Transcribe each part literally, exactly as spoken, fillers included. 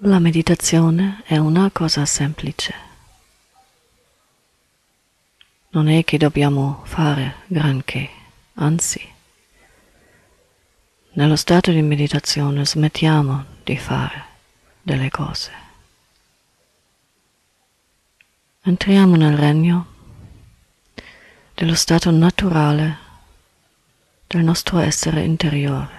La meditazione è una cosa semplice. Non è che dobbiamo fare granché, anzi, nello stato di meditazione smettiamo di fare delle cose. Entriamo nel regno dello stato naturale del nostro essere interiore.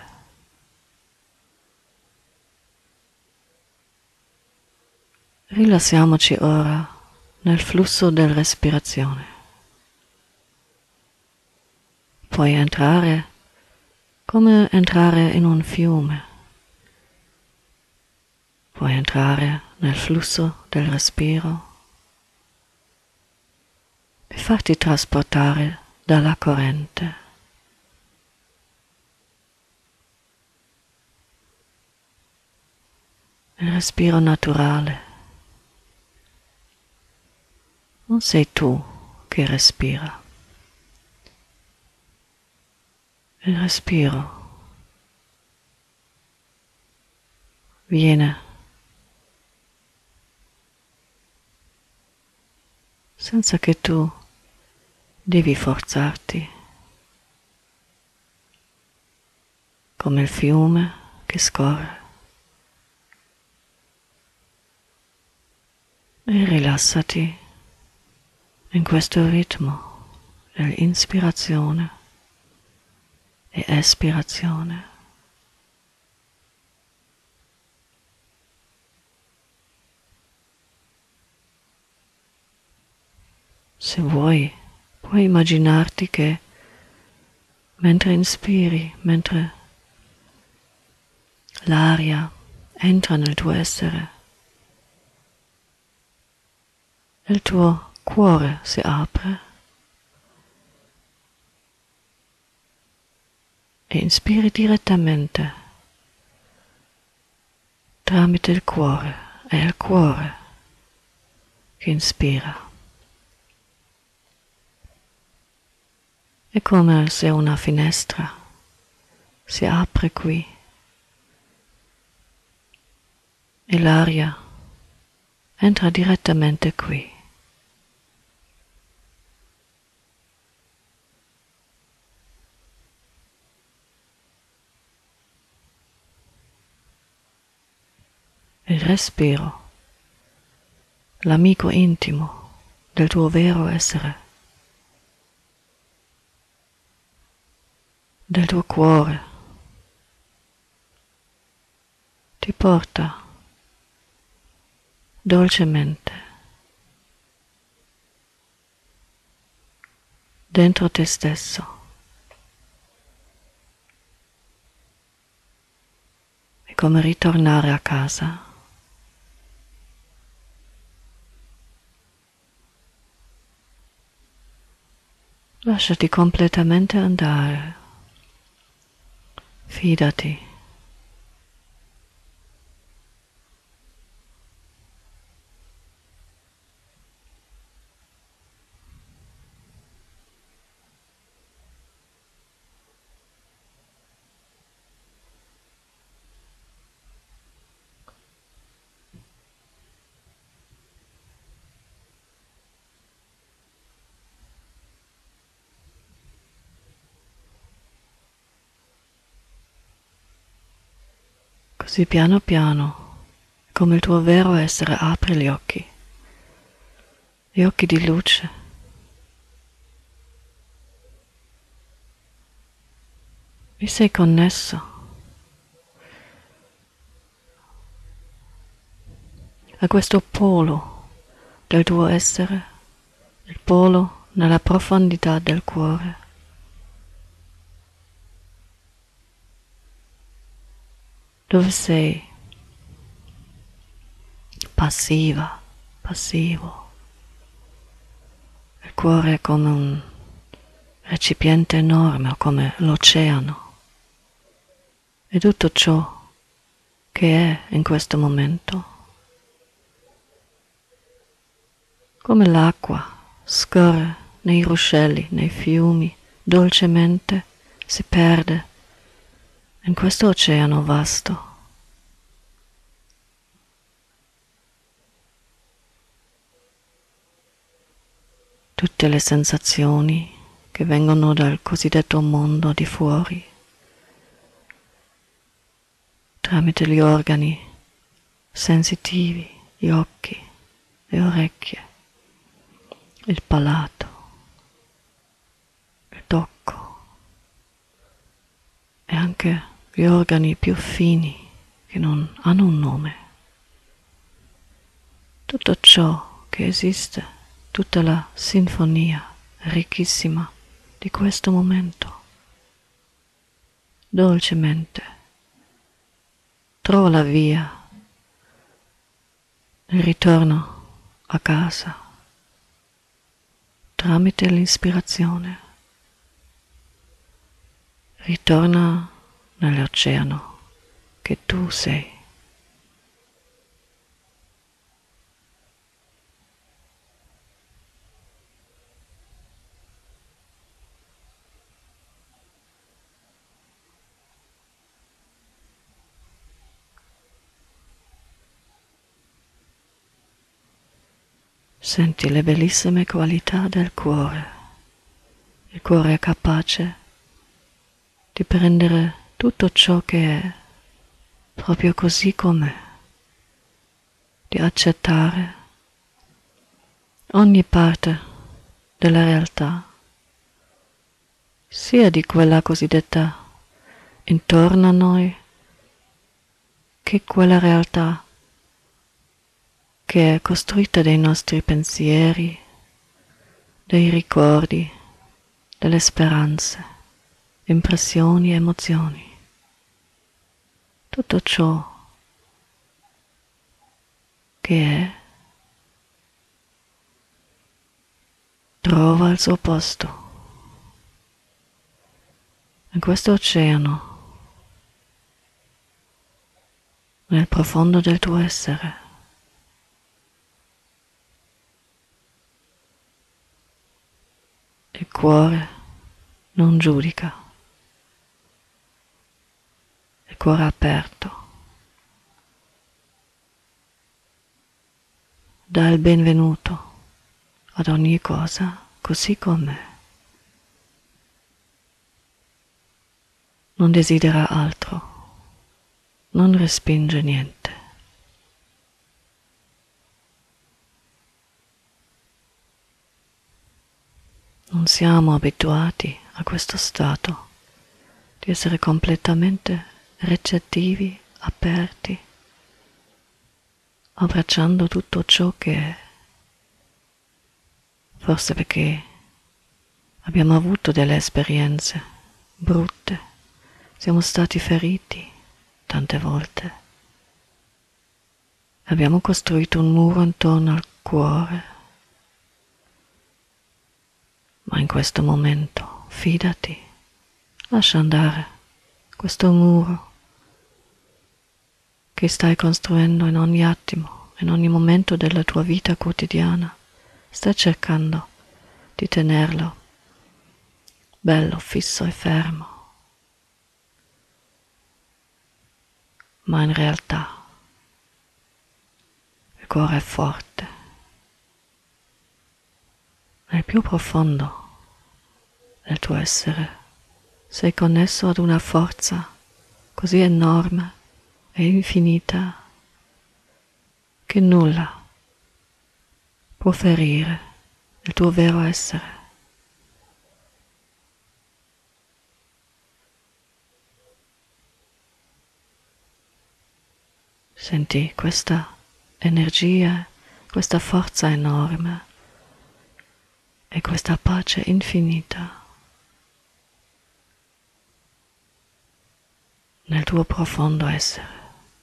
Rilassiamoci ora nel flusso della respirazione. Puoi entrare come entrare in un fiume. Puoi entrare nel flusso del respiro e farti trasportare dalla corrente. Il respiro naturale. Non sei tu che respira. Il respiro viene senza che tu devi forzarti, come il fiume che scorre. E rilassati in questo ritmo dell'inspirazione e espirazione. Se vuoi, puoi immaginarti che mentre inspiri, mentre l'aria entra nel tuo essere, il tuo cuore si apre e inspiri direttamente tramite il cuore, è il cuore che inspira. È come se una finestra si apre qui e l'aria entra direttamente qui. Il respiro, l'amico intimo del tuo vero essere, del tuo cuore, ti porta dolcemente dentro te stesso. È come ritornare a casa. Lasciati completamente andare. Fidati. Così piano piano, come il tuo vero essere, apri gli occhi, gli occhi di luce. Vi sei connesso a questo polo del tuo essere, il polo nella profondità del cuore. Dove sei passiva, passivo. Il cuore è come un recipiente enorme, come l'oceano. E tutto ciò che è in questo momento, come l'acqua scorre nei ruscelli, nei fiumi, dolcemente si perde in questo oceano vasto. tutte le sensazioni che vengono dal cosiddetto mondo di fuori, tramite gli organi sensitivi, gli occhi, le orecchie, il palato, il tocco e anche gli organi più fini che non hanno un nome. Tutto ciò che esiste, tutta la sinfonia ricchissima di questo momento, dolcemente trova la via del ritorno a casa tramite l'ispirazione. Ritorna nell'oceano che tu sei. Senti le bellissime qualità del cuore. Il cuore è capace di prendere tutto ciò che è proprio così com'è, di accettare ogni parte della realtà, sia di quella cosiddetta intorno a noi, che quella realtà che è costruita dai nostri pensieri, dei ricordi, delle speranze, impressioni e emozioni. Tutto ciò che è trova il suo posto in questo oceano, nel profondo del tuo essere. Il cuore non giudica, il cuore aperto dà il benvenuto ad ogni cosa così com'è. Non desidera altro, non respinge niente. Non siamo abituati a questo stato di essere completamente recettivi, aperti, abbracciando tutto ciò che è. Forse perché abbiamo avuto delle esperienze brutte, siamo stati feriti tante volte. Abbiamo costruito un muro intorno al cuore. Ma in questo momento, fidati, lascia andare questo muro che stai costruendo in ogni attimo, in ogni momento della tua vita quotidiana. Stai cercando di tenerlo bello, fisso e fermo. Ma in realtà il cuore è forte. Nel più profondo del tuo essere sei connesso ad una forza così enorme e infinita che nulla può ferire il tuo vero essere. Senti questa energia, questa forza enorme e questa pace infinita nel tuo profondo essere.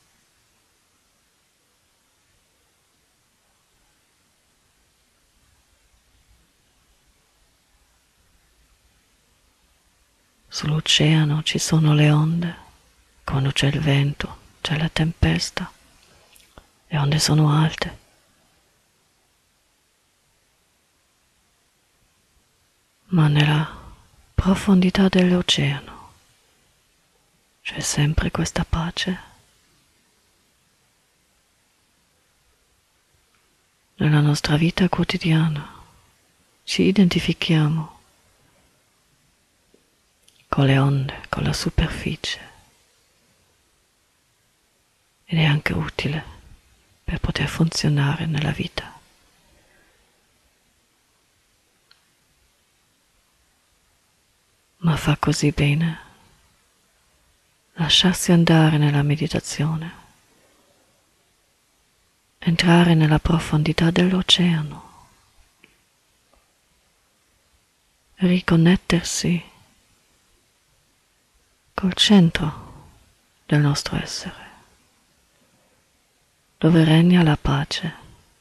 Sull'oceano ci sono le onde, quando c'è il vento, c'è la tempesta, le onde sono alte. Ma nella profondità dell'oceano c'è sempre questa pace. Nella nostra vita quotidiana ci identifichiamo con le onde, con la superficie, ed è anche utile per poter funzionare nella vita. Ma fa così bene lasciarsi andare nella meditazione, entrare nella profondità dell'oceano, riconnettersi col centro del nostro essere, dove regna la pace.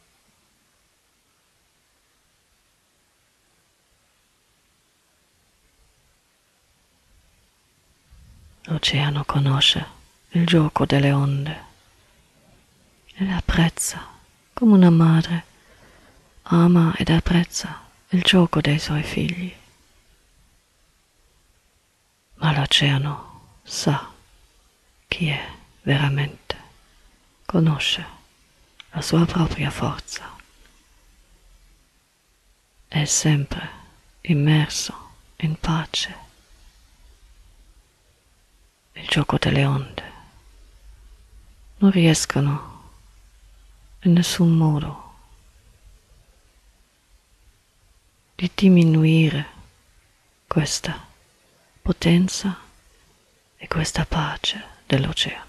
L'oceano conosce il gioco delle onde e le apprezza come una madre ama ed apprezza il gioco dei suoi figli. Ma l'oceano sa chi è veramente, conosce la sua propria forza, è sempre immerso in pace. Il gioco delle onde non riescono in nessun modo di diminuire questa potenza e questa pace dell'oceano.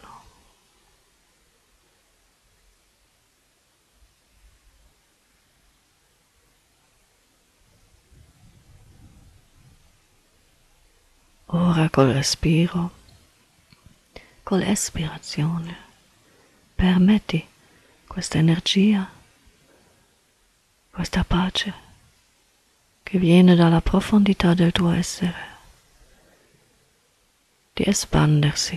Ora col respiro, con l'espirazione, permetti questa energia, questa pace che viene dalla profondità del tuo essere, di espandersi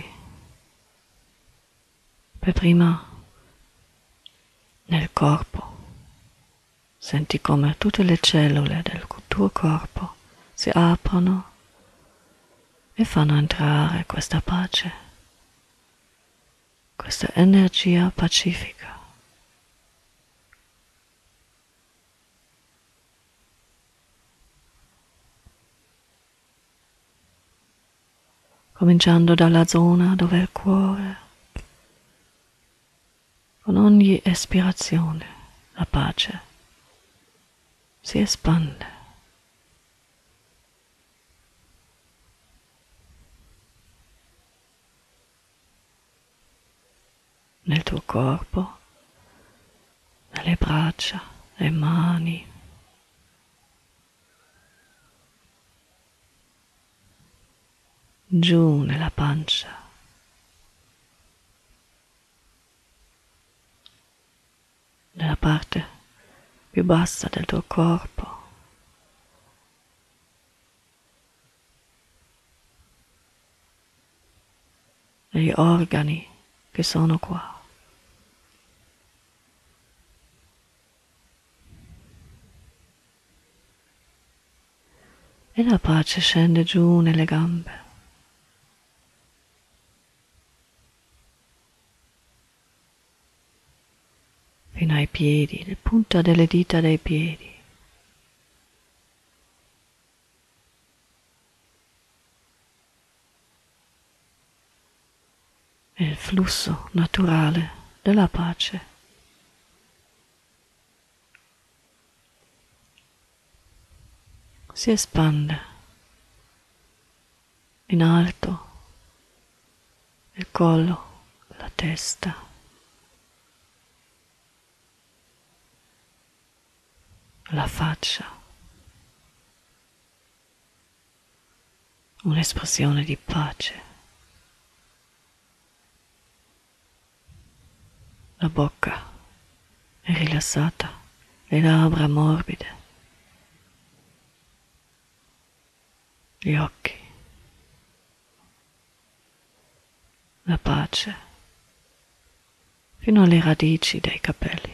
per prima nel corpo. Senti come tutte le cellule del tuo corpo si aprono e fanno entrare questa pace, questa energia pacifica. Cominciando dalla zona dove il cuore, con ogni espirazione, la pace si espande. Nel tuo corpo, nelle braccia, le mani, giù nella pancia, nella parte più bassa del tuo corpo, negli organi che sono qua. E la pace scende giù nelle gambe, fino ai piedi, le punta delle dita dei piedi. È il flusso naturale della pace. Si espande in alto il collo, la testa, la faccia, un'espressione di pace, la bocca è rilassata, le labbra morbide, gli occhi, la pace fino alle radici dei capelli.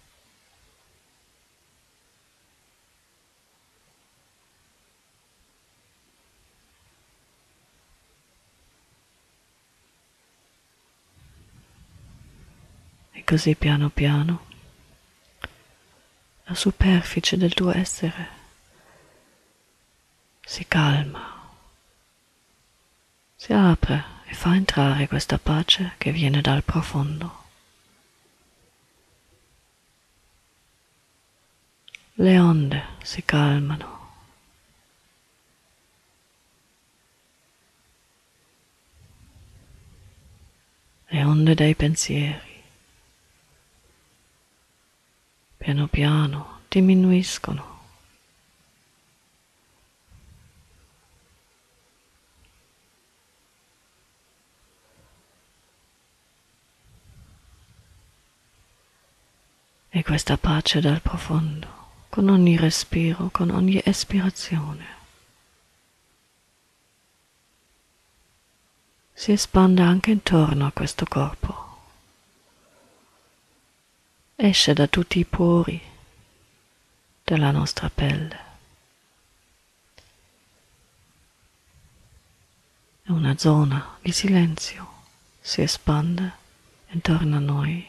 E così piano piano la superficie del tuo essere si calma, si apre e fa entrare questa pace che viene dal profondo. Le onde si calmano. Le onde dei pensieri piano piano diminuiscono. E questa pace dal profondo, con ogni respiro, con ogni espirazione, si espande anche intorno a questo corpo. Esce da tutti i pori della nostra pelle. È una zona di silenzio si espande intorno a noi.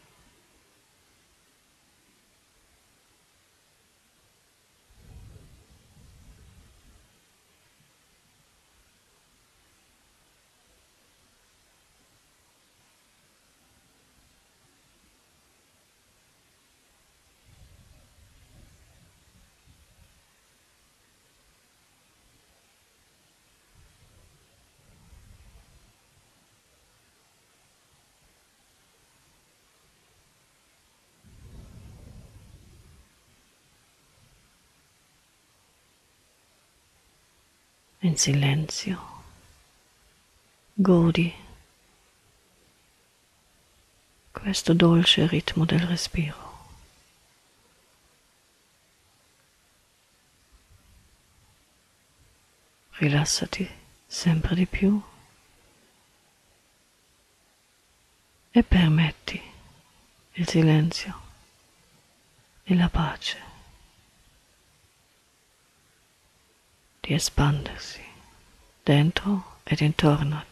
In silenzio, godi questo dolce ritmo del respiro. Rilassati sempre di più e permetti il silenzio e la pace di espandersi dentro ed intorno a te.